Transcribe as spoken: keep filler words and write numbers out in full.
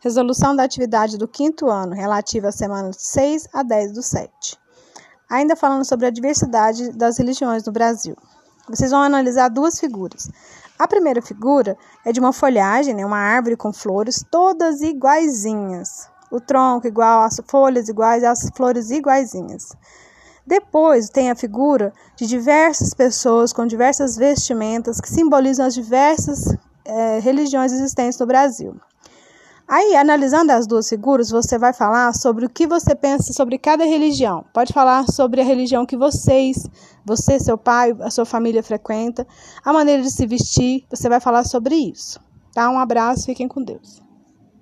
Resolução da atividade do quinto ano, relativa às semanas seis a dez do sete. Ainda falando sobre a diversidade das religiões no Brasil. Vocês vão analisar duas figuras. A primeira figura é de uma folhagem, né, uma árvore com flores, todas iguaizinhas. O tronco igual, as folhas iguais, as flores iguaizinhas. Depois tem a figura de diversas pessoas com diversas vestimentas que simbolizam as diversas eh, religiões existentes no Brasil. Aí, analisando as duas figuras, você vai falar sobre o que você pensa sobre cada religião. Pode falar sobre a religião que vocês, você, seu pai, a sua família frequenta, a maneira de se vestir, você vai falar sobre isso. Tá? Um abraço, fiquem com Deus.